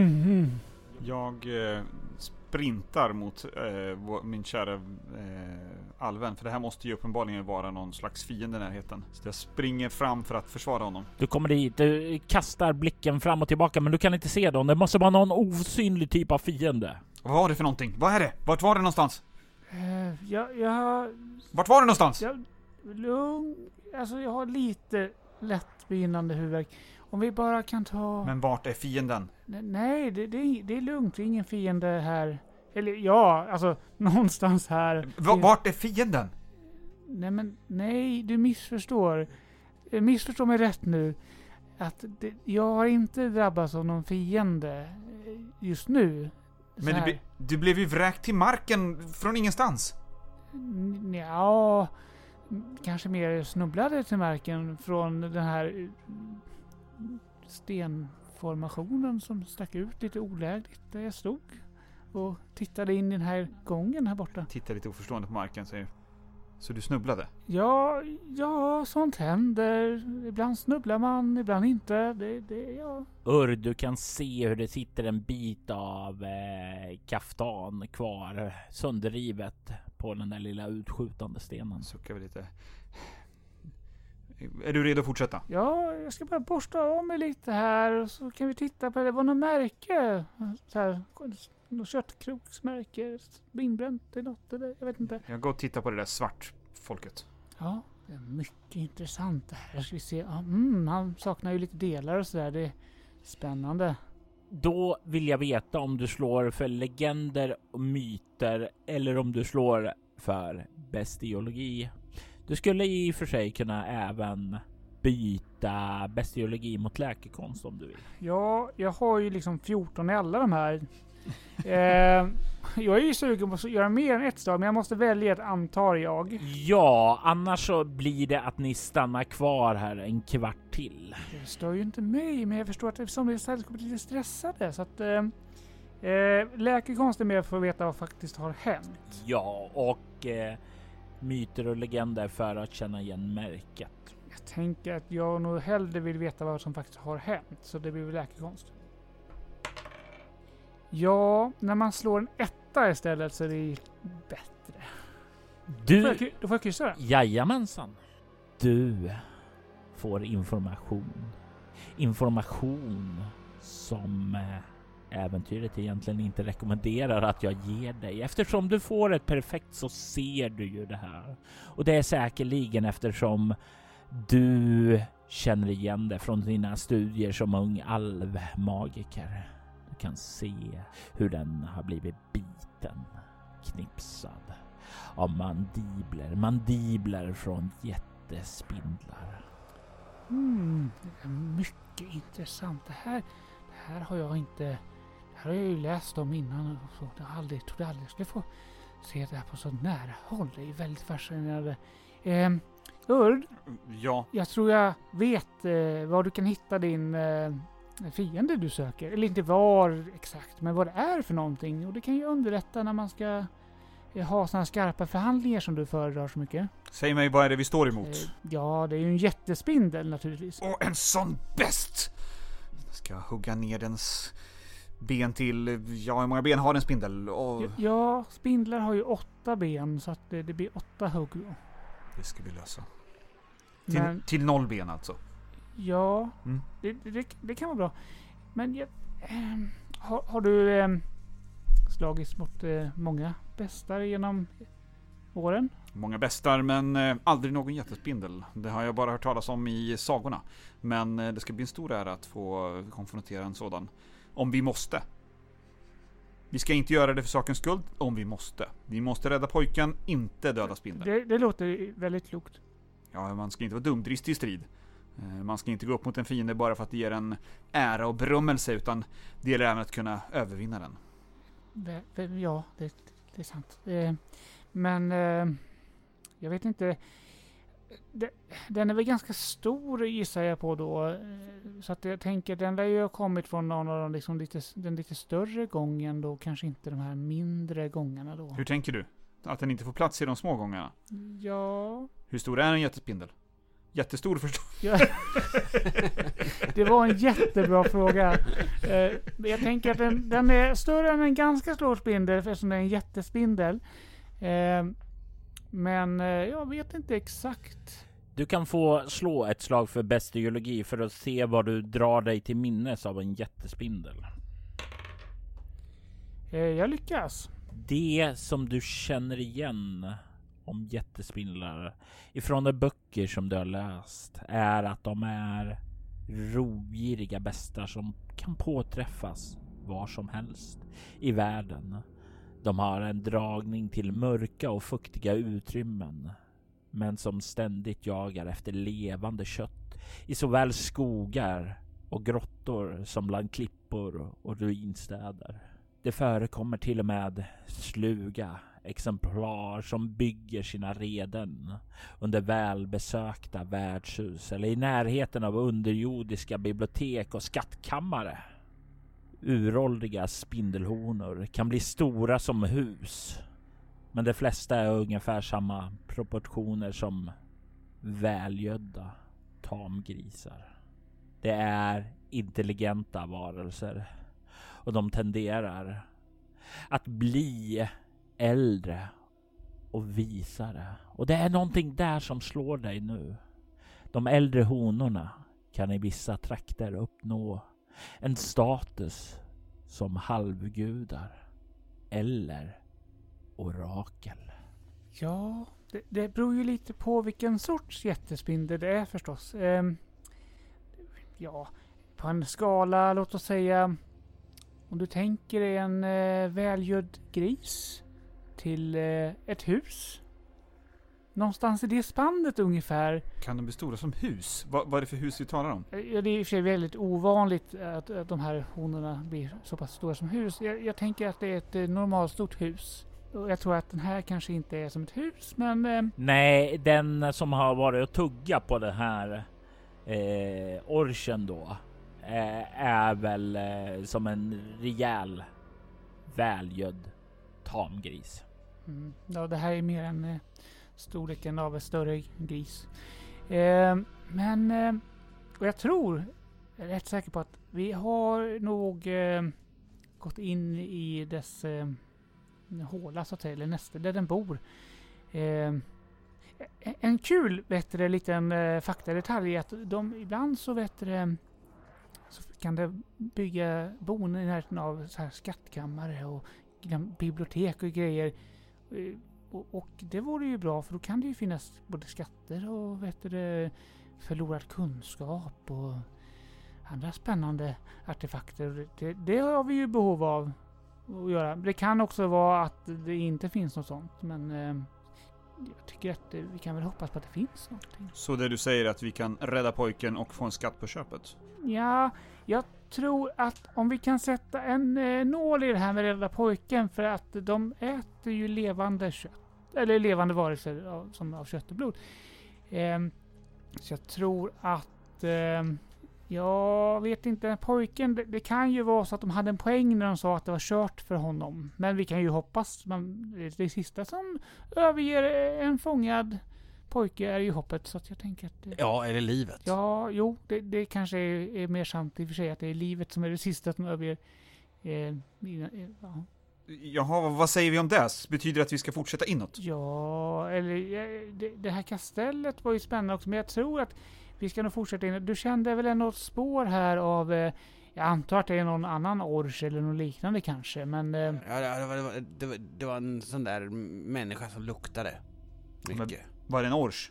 Speaker 2: Jag sprintar mot min kära alven, för det här måste ju uppenbarligen vara någon slags fiende i närheten. Så jag springer fram för att försvara honom.
Speaker 1: Du kommer dit, du kastar blicken fram och tillbaka, men du kan inte se dem. Det måste vara någon osynlig typ av fiende.
Speaker 2: Vad var det för någonting? Vad är det? Vart var det någonstans? Vart var det någonstans?
Speaker 3: Lugn. Alltså jag har lite lättbegynnande huvudvärk. Om vi bara kan ta...
Speaker 2: Men vart är fienden?
Speaker 3: Nej, det är lugnt. Det är ingen fiende här. Eller ja, alltså någonstans här.
Speaker 2: Vart är fienden?
Speaker 3: Nej, du missförstår. Missförstå mig rätt nu. Att jag har inte drabbats av någon fiende just nu.
Speaker 2: Men du blev ju vräkt till marken från ingenstans.
Speaker 3: Ja, kanske mer snubblade till marken från den här stenformationen som stack ut lite olägligt där jag stod. och tittade in i den här gången här borta.
Speaker 2: Tittar lite oförstående på marken, säger. Så du snubblade?
Speaker 3: Ja, sånt händer. Ibland snubblar man, ibland inte. Ja.
Speaker 1: Urd, du kan se hur det sitter en bit av kaftan kvar, sönderrivet på den där lilla utskjutande stenen.
Speaker 2: Suckar vi lite. Är du redo att fortsätta?
Speaker 3: Ja, jag ska bara borsta av mig lite här och så kan vi titta på det. Det var något märke. Så här, något köttkroksmärke. Inbränt i något eller jag vet inte.
Speaker 2: Jag går och tittar på det där svartfolket.
Speaker 3: Ja, det är mycket intressant det här. Ska vi se. Ja, han saknar ju lite delar och sådär. Det är spännande.
Speaker 1: Då vill jag veta om du slår för legender och myter eller om du slår för bestiologi. Du skulle i och för sig kunna även byta bestiologi mot läkekonst om du vill.
Speaker 3: Ja, jag har ju liksom 14 i alla de här. Jag är ju sugen på att göra mer än ett slag, men jag måste välja ett, antar jag.
Speaker 1: Ja, annars så blir det att ni stannar kvar här en kvart till.
Speaker 3: Det stör ju inte mig, men jag förstår att eftersom det är sällskapet lite stressade, så att läkekonst är mer för att veta vad faktiskt har hänt.
Speaker 1: Ja, och myter och legender för att känna igen märket.
Speaker 3: Jag tänker att jag nog hellre vill veta vad som faktiskt har hänt, så det blir väl läkekonst. Ja, när man slår en etta istället så är det bättre. Då får jag kryssa det.
Speaker 1: Jajamensan. Du får information. Information som äventyret egentligen inte rekommenderar att jag ger dig. Eftersom du får ett perfekt så ser du ju det här. Och det är säkerligen eftersom du känner igen det från dina studier som ung alvmagiker. Du kan se hur den har blivit biten, knipsad av mandibler från jättespindlar.
Speaker 3: Det är mycket intressant. Det här har jag inte... Det här har jag ju läst om innan och så. Jag trodde aldrig jag skulle få se det här på så nära håll. Det är väldigt fascinerande. Urd?
Speaker 2: Ja.
Speaker 3: Jag tror jag vet var du kan hitta din fiende du söker. Eller inte var exakt, men vad det är för någonting. Och det kan ju underlätta när man ska ha sådana skarpa förhandlingar som du föredrar så mycket.
Speaker 2: Säg mig, vad är det vi står emot?
Speaker 3: Ja, det är ju en jättespindel naturligtvis.
Speaker 2: Och en sån bäst! Jag ska hugga ner dens ben till... Ja, hur många ben har en spindel?
Speaker 3: Ja, spindlar har ju 8 ben så att det blir 8 hugg då.
Speaker 2: Det ska vi lösa. Till 0 ben alltså.
Speaker 3: Ja, det kan vara bra. Men har du slagits mot många bästar genom åren?
Speaker 2: Många bästar, men aldrig någon jättespindel. Det har jag bara hört talas om i sagorna. Men det ska bli en stor ära att få konfrontera en sådan. Om vi måste. Vi ska inte göra det för sakens skull om vi måste. Vi måste rädda pojken, inte döda spindeln.
Speaker 3: Det låter väldigt klokt.
Speaker 2: Ja, man ska inte vara dumdristig i strid. Man ska inte gå upp mot en fiende bara för att det ger en ära och berömmelse, utan det gäller även att kunna övervinna den.
Speaker 3: Ja, det är sant. Men jag vet inte. Den är väl ganska stor gissar jag på då. Så att jag tänker den där ju har kommit från någon av den lite större gången då. Kanske inte de här mindre gångarna då.
Speaker 2: Hur tänker du? Att den inte får plats i de små gångarna?
Speaker 3: Ja.
Speaker 2: Hur stor är en jättespindel? Jättestor förstås.
Speaker 3: Ja. Det var en jättebra fråga. Jag tänker att den är större än en ganska stor spindel eftersom det är en jättespindel. Men jag vet inte exakt.
Speaker 1: Du kan få slå ett slag för bestiologi för att se vad du drar dig till minnes av en jättespindel.
Speaker 3: Jag lyckas.
Speaker 1: Det som du känner igen om jättespindlar ifrån de böcker som du har läst är att de är rovgiriga bästar som kan påträffas var som helst i världen. De har en dragning till mörka och fuktiga utrymmen, men som ständigt jagar efter levande kött i såväl skogar och grottor som bland klippor och ruinstäder. Det förekommer till och med sluga exemplar som bygger sina reden under välbesökta värdshus eller i närheten av underjordiska bibliotek och skattkammare. uråldriga spindelhonor kan bli stora som hus. Men de flesta är ungefär samma proportioner som välgödda tamgrisar. Det är intelligenta varelser och de tenderar att bli äldre och visare. Och det är någonting där som slår dig nu. De äldre honorna kan i vissa trakter uppnå en status som halvgudar eller orakel.
Speaker 3: Ja, det beror ju lite på vilken sorts jättespindel det är förstås. Ja, på en skala, låt oss säga, om du tänker dig en välgödd gris till ett hus. Någonstans i det spannet ungefär.
Speaker 2: Kan de bli stora som hus? Vad är det för hus vi talar om?
Speaker 3: Ja, det är i och för sig väldigt ovanligt att de här honorna blir så pass stora som hus. Jag tänker att det är ett normalt stort hus. Och jag tror att den här kanske inte är som ett hus, men...
Speaker 1: Nej, den som har varit och tugga på den här orchen då är väl som en rejäl välgödd tamgris.
Speaker 3: Ja, det här är mer än storleken av en större gris. Och jag är rätt säker på att vi har nog gått in i dess håla så att säga, eller nästa där den bor. En kul liten faktadetalj är att de ibland så kan det bygga bon i närheten av så här skattkammare och bibliotek och grejer. Och det vore ju bra, för då kan det ju finnas både skatter och förlorad kunskap och andra spännande artefakter. Det har vi ju behov av att göra. Det kan också vara att det inte finns något sånt, men jag tycker att vi kan väl hoppas på att det finns någonting.
Speaker 2: Så det du säger är att vi kan rädda pojken och få en skatt på köpet?
Speaker 3: Ja, jag tror att om vi kan sätta en nål i det här med rädda pojken, för att de äter ju levande kött. Eller levande varelser som av kött och blod. Så jag tror att... jag vet inte, pojken... Det kan ju vara så att de hade en poäng när de sa att det var kört för honom. Men vi kan ju hoppas. Det sista som överger en fångad pojke är ju hoppet. Så att jag tänker att...
Speaker 4: Ja, eller livet.
Speaker 3: Ja, jo. Det kanske är mer sant i och för sig att det är livet som är det sista som överger... ja.
Speaker 2: Jaha, vad säger vi om det? Betyder det att vi ska fortsätta inåt?
Speaker 3: Ja, eller det här kastellet var ju spännande också, men jag tror att vi ska nog fortsätta inåt. Du kände väl något spår här av, jag antar att det är någon annan orch eller något liknande kanske, men...
Speaker 4: Ja, det var en sån där människa som luktade mycket.
Speaker 2: Men, var det en orch?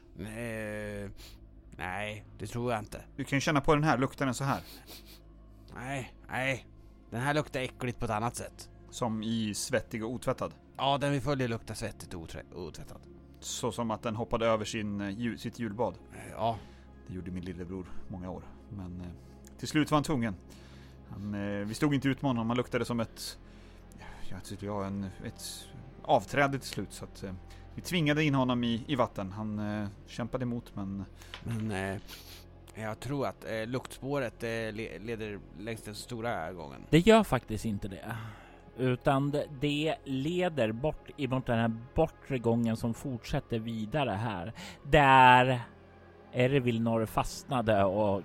Speaker 4: Nej, det tror jag inte.
Speaker 2: Du kan ju känna på den här, luktar den så här?
Speaker 4: Nej. Den här luktar äckligt på ett annat sätt.
Speaker 2: Som i svettig och otvättad?
Speaker 4: Ja, den vi följer luktar svettigt och otvättad.
Speaker 2: Så som att den hoppade över sitt julbad?
Speaker 4: Ja.
Speaker 2: Det gjorde min lillebror många år. Men till slut var han tvungen. Vi stod inte ut med honom. Han luktade som ett avträde till slut. Så att, vi tvingade in honom i vatten. Han kämpade emot, men
Speaker 4: jag tror att luktspåret leder längs den stora gången.
Speaker 1: Det gör faktiskt inte det. Utan det leder bort emot den här bortre gången som fortsätter vidare här. Där Ervilnor fastnade och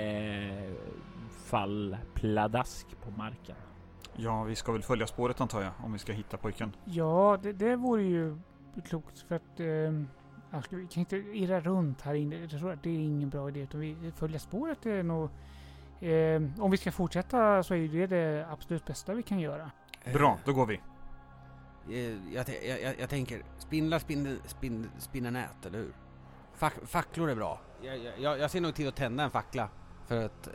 Speaker 1: fall pladask på marken.
Speaker 2: Ja, vi ska väl följa spåret antar jag, om vi ska hitta pojken.
Speaker 3: Ja, det vore ju klokt, för att vi kan inte irra runt här inne. Jag tror att det är ingen bra idé, utan vi följer spåret är nog... om vi ska fortsätta så är det absolut bästa vi kan göra.
Speaker 2: Bra, då går vi.
Speaker 4: Jag tänker, spindlar spinner nät, eller hur? Facklor är bra. Jag ser nog till att tända en fackla för att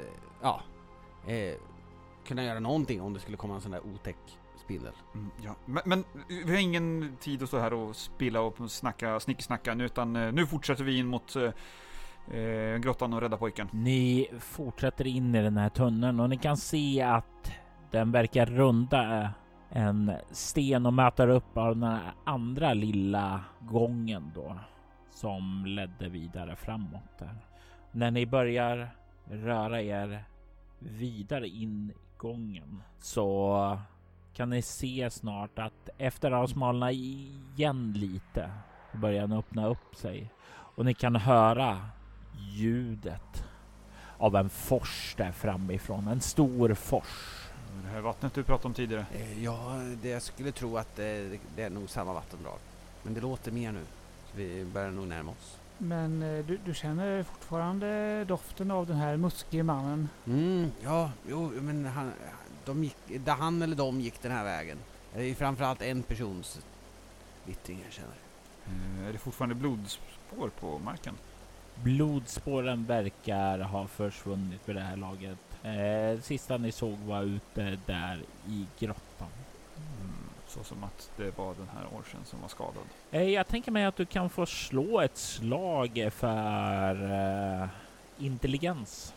Speaker 4: kunna göra någonting om det skulle komma en sån där otäck spindel.
Speaker 2: Ja. Men vi har ingen tid att stå här och spilla och snicksnacka, utan nu fortsätter vi in mot grottan och rädda pojken.
Speaker 1: Ni fortsätter in i den här tunneln och ni kan se att den verkar runda en sten och möter upp av den här andra lilla gången då som ledde vidare framåt där. När ni börjar röra er vidare in gången så kan ni se snart att efter att ha smalnat igen lite börjar den öppna upp sig. Och ni kan höra ljudet av en fors där framifrån. En stor fors.
Speaker 2: Det här vattnet du pratade om tidigare.
Speaker 4: Ja, jag skulle tro att det är nog samma vattendrag. Men det låter mer nu. Så vi börjar nog närma oss.
Speaker 3: Men du känner fortfarande doften av den här muskige mannen?
Speaker 4: Ja, jo, men han eller de gick den här vägen. Det är ju framförallt en persons vittring jag känner.
Speaker 2: Är det fortfarande blodspår på marken?
Speaker 1: Blodspåren verkar ha försvunnit vid det här laget. Sista ni såg var ute där i grottan.
Speaker 2: Så som att det var den här orchen som var skadad.
Speaker 1: Jag tänker mig att du kan få slå ett slag för intelligens.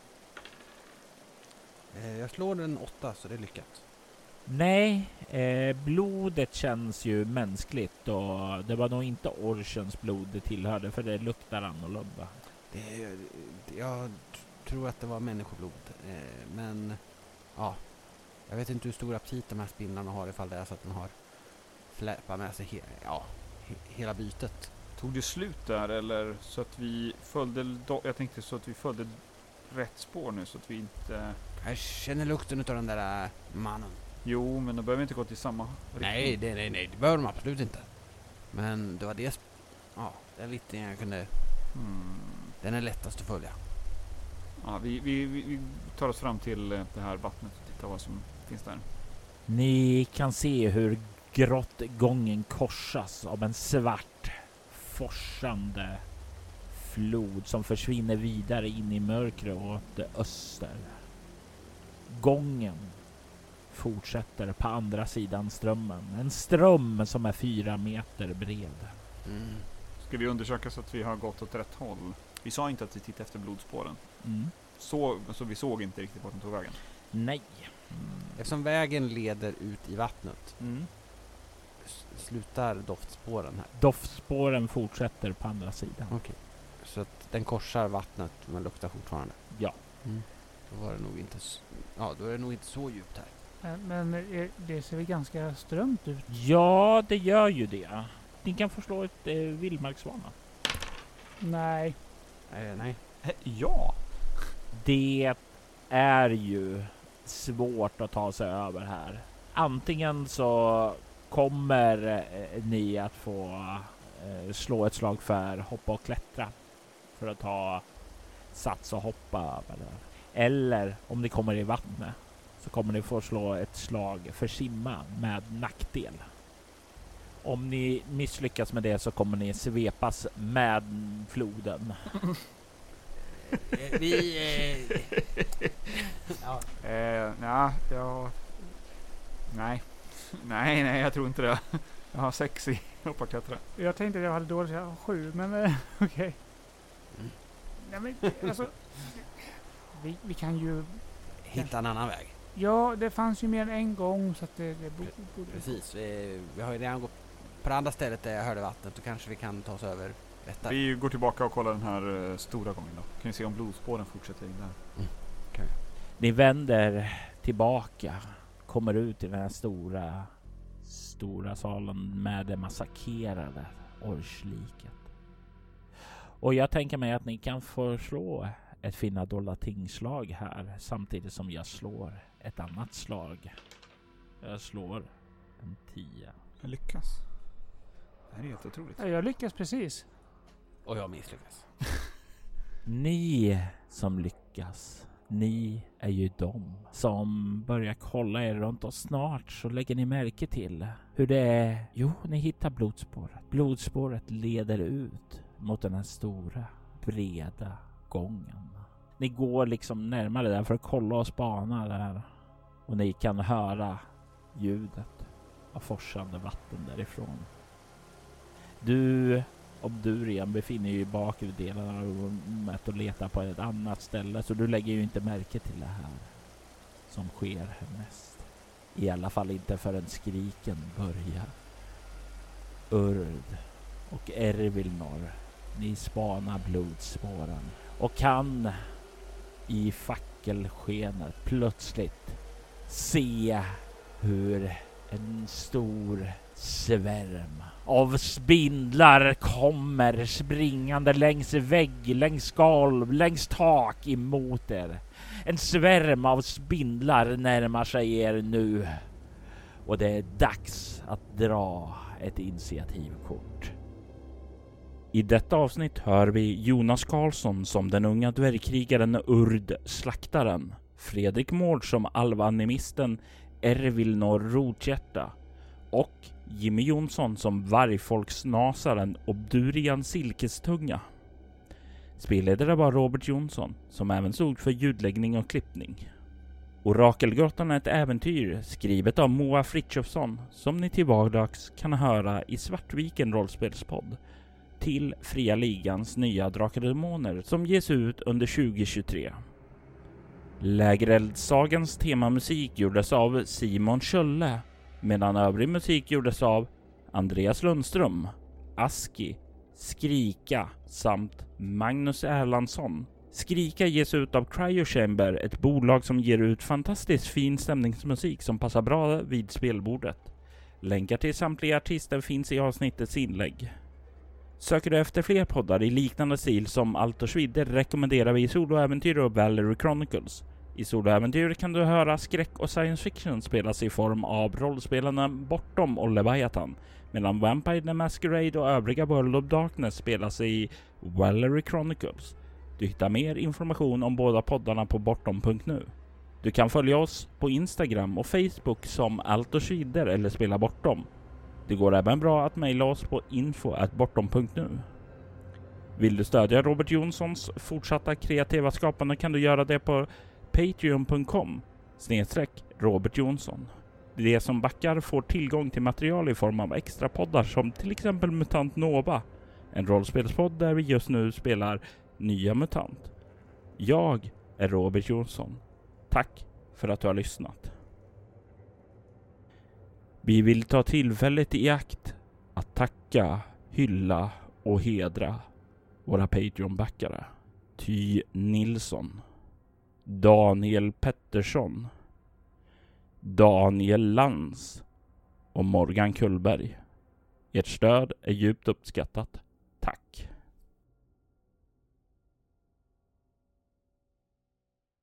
Speaker 4: Jag slår en 8 så det är lyckat.
Speaker 1: Nej, blodet känns ju mänskligt och det var nog inte orchens blod det tillhörde för det luktar annorlunda.
Speaker 4: Jag tror att det var människoblod. Men ja, jag vet inte hur stor aptit de här spindlarna har ifall det är så att den har släpat med sig hela bytet.
Speaker 2: Tog det slut där eller så att vi följde, jag tänkte så att vi följde rätt spår nu så att vi inte...
Speaker 4: Jag känner lukten utav den där mannen.
Speaker 2: Jo, men då behöver vi inte gå till samma riktning.
Speaker 4: Nej, det behöver de absolut inte. Men det var det... Ja, den vittringen jag kunde... Den är lättast att följa.
Speaker 2: Ja, vi tar oss fram till det här vattnet och tittar vad som finns där.
Speaker 1: Ni kan se hur grottgången korsas av en svart forsande flod som försvinner vidare in i mörkret åt öster. Gången fortsätter på andra sidan strömmen. En ström som är 4 meter bred.
Speaker 2: Ska vi undersöka så att vi har gått åt rätt håll? Vi sa inte att vi tittade efter blodspåren. Så vi såg inte riktigt vart den tog vägen.
Speaker 1: Nej.
Speaker 4: Eftersom vägen leder ut i vattnet slutar doftspåren här.
Speaker 1: Doftspåren fortsätter på andra sidan.
Speaker 4: Okej. Så att den korsar vattnet men luktar fortfarande.
Speaker 1: Ja.
Speaker 4: Då var det nog inte då är det nog inte så djupt här.
Speaker 3: Men det ser väl ganska strömt ut?
Speaker 1: Ja, det gör ju det. Ni kan få slå ett vildmarksvana.
Speaker 3: Nej.
Speaker 4: Nej.
Speaker 2: Ja.
Speaker 1: Det är ju svårt att ta sig över här. Antingen så kommer ni att få slå ett slag för hoppa och klättra för att ta sats och hoppa över där. Eller om ni kommer i vattnet så kommer ni få slå ett slag för simma med nackdel. Om ni misslyckas med det så kommer ni svepas med floden.
Speaker 2: Nej, jag tror inte det. Jag har 6 i hoppa och klättra.
Speaker 3: Jag tänkte att jag hade dåligt, jag har 7, men okej. Nej, men alltså, vi kan ju
Speaker 4: hitta en annan väg.
Speaker 3: Ja, det fanns ju mer än en gång så att det borde...
Speaker 4: Precis, vi har ju redan gått på det andra stället där jag hörde vattnet och kanske vi kan ta oss över lättare.
Speaker 2: Vi går tillbaka och kollar den här stora gången då. Kan vi se om blodspåren fortsätter in där.
Speaker 4: Okay.
Speaker 1: Ni vänder tillbaka, kommer ut i den här stora salen med det massakrerade orchliket. Och jag tänker mig att ni kan få slå ett finna dolda tingslag här samtidigt som jag slår ett annat slag. Jag slår en 10.
Speaker 2: Jag lyckas. Det här är helt otroligt.
Speaker 3: Ja, jag lyckas precis.
Speaker 4: Och jag misslyckas.
Speaker 1: Ni som lyckas, ni är ju de som börjar kolla er runt och snart så lägger ni märke till hur det är. Jo, ni hittar blodspåret. Blodspåret leder ut mot den här stora, breda gången. Ni går liksom närmare där för att kolla och spana där. Och ni kan höra ljudet av forsande vatten därifrån. Du och Durian befinner ju i bakre delen av rummet och letar på ett annat ställe. Så du lägger ju inte märke till det här som sker härnäst. I alla fall inte förrän skriken börjar. Urd och Ervilnor, ni spanar blodspåren och kan i fackelskenet plötsligt se hur en stor svärm av spindlar kommer springande längs vägg, längs golv, längs tak emot er. En svärm av spindlar närmar sig er nu. Och det är dags att dra ett initiativkort. I detta avsnitt hör vi Jonas Karlsson som den unga dvärgkrigaren Urd Slaktaren, Fredrik Mård som alvanimisten Ervilnor Rothjärta och Jimmy Jonsson som vargfolksnasaren Obdurian Silkestunga. Spelledare var Robert Jonsson som även stod för ljudläggning och klippning. Orakelgrottan är ett äventyr skrivet av Moa Frithiofsson som ni till vardags kan höra i Svartviken rollspelspodd till Fria Ligans nya Drakar och Demoner som ges ut under 2023. Lägereldssagans temamusik gjordes av Simon Kölle medan övrig musik gjordes av Andreas Lundström, Aski, Skrika samt Magnus Erlandsson. Skrika ges ut av Cryo Chamber, ett bolag som ger ut fantastiskt fin stämningsmusik som passar bra vid spelbordet. Länkar till samtliga artister finns i avsnittets inlägg. Söker du efter fler poddar i liknande stil som Allt och Svidder rekommenderar vi Soloäventyr och Valerie Chronicles. I Soloäventyr kan du höra skräck och science fiction spelas i form av rollspelarna Bortom och Leviathan, medan Vampire the Masquerade och övriga World of Darkness spelas i Valerie Chronicles. Du hittar mer information om båda poddarna på bortom.nu. Du kan följa oss på Instagram och Facebook som Allt och Svidder eller Spela Bortom. Det går även bra att mejla oss på info@bortom.nu. Vill du stödja Robert Jonssons fortsatta kreativa skapande kan du göra det på patreon.com/Robert Jonsson. De som backar får tillgång till material i form av extra poddar som till exempel Mutant Nova, en rollspelspodd där vi just nu spelar Nya Mutant. Jag är Robert Jonsson. Tack för att du har lyssnat. Vi vill ta tillfället i akt att tacka, hylla och hedra våra Patreon-backare. Ty Nilsson, Daniel Pettersson, Daniel Lans och Morgan Kullberg. Ert stöd är djupt uppskattat.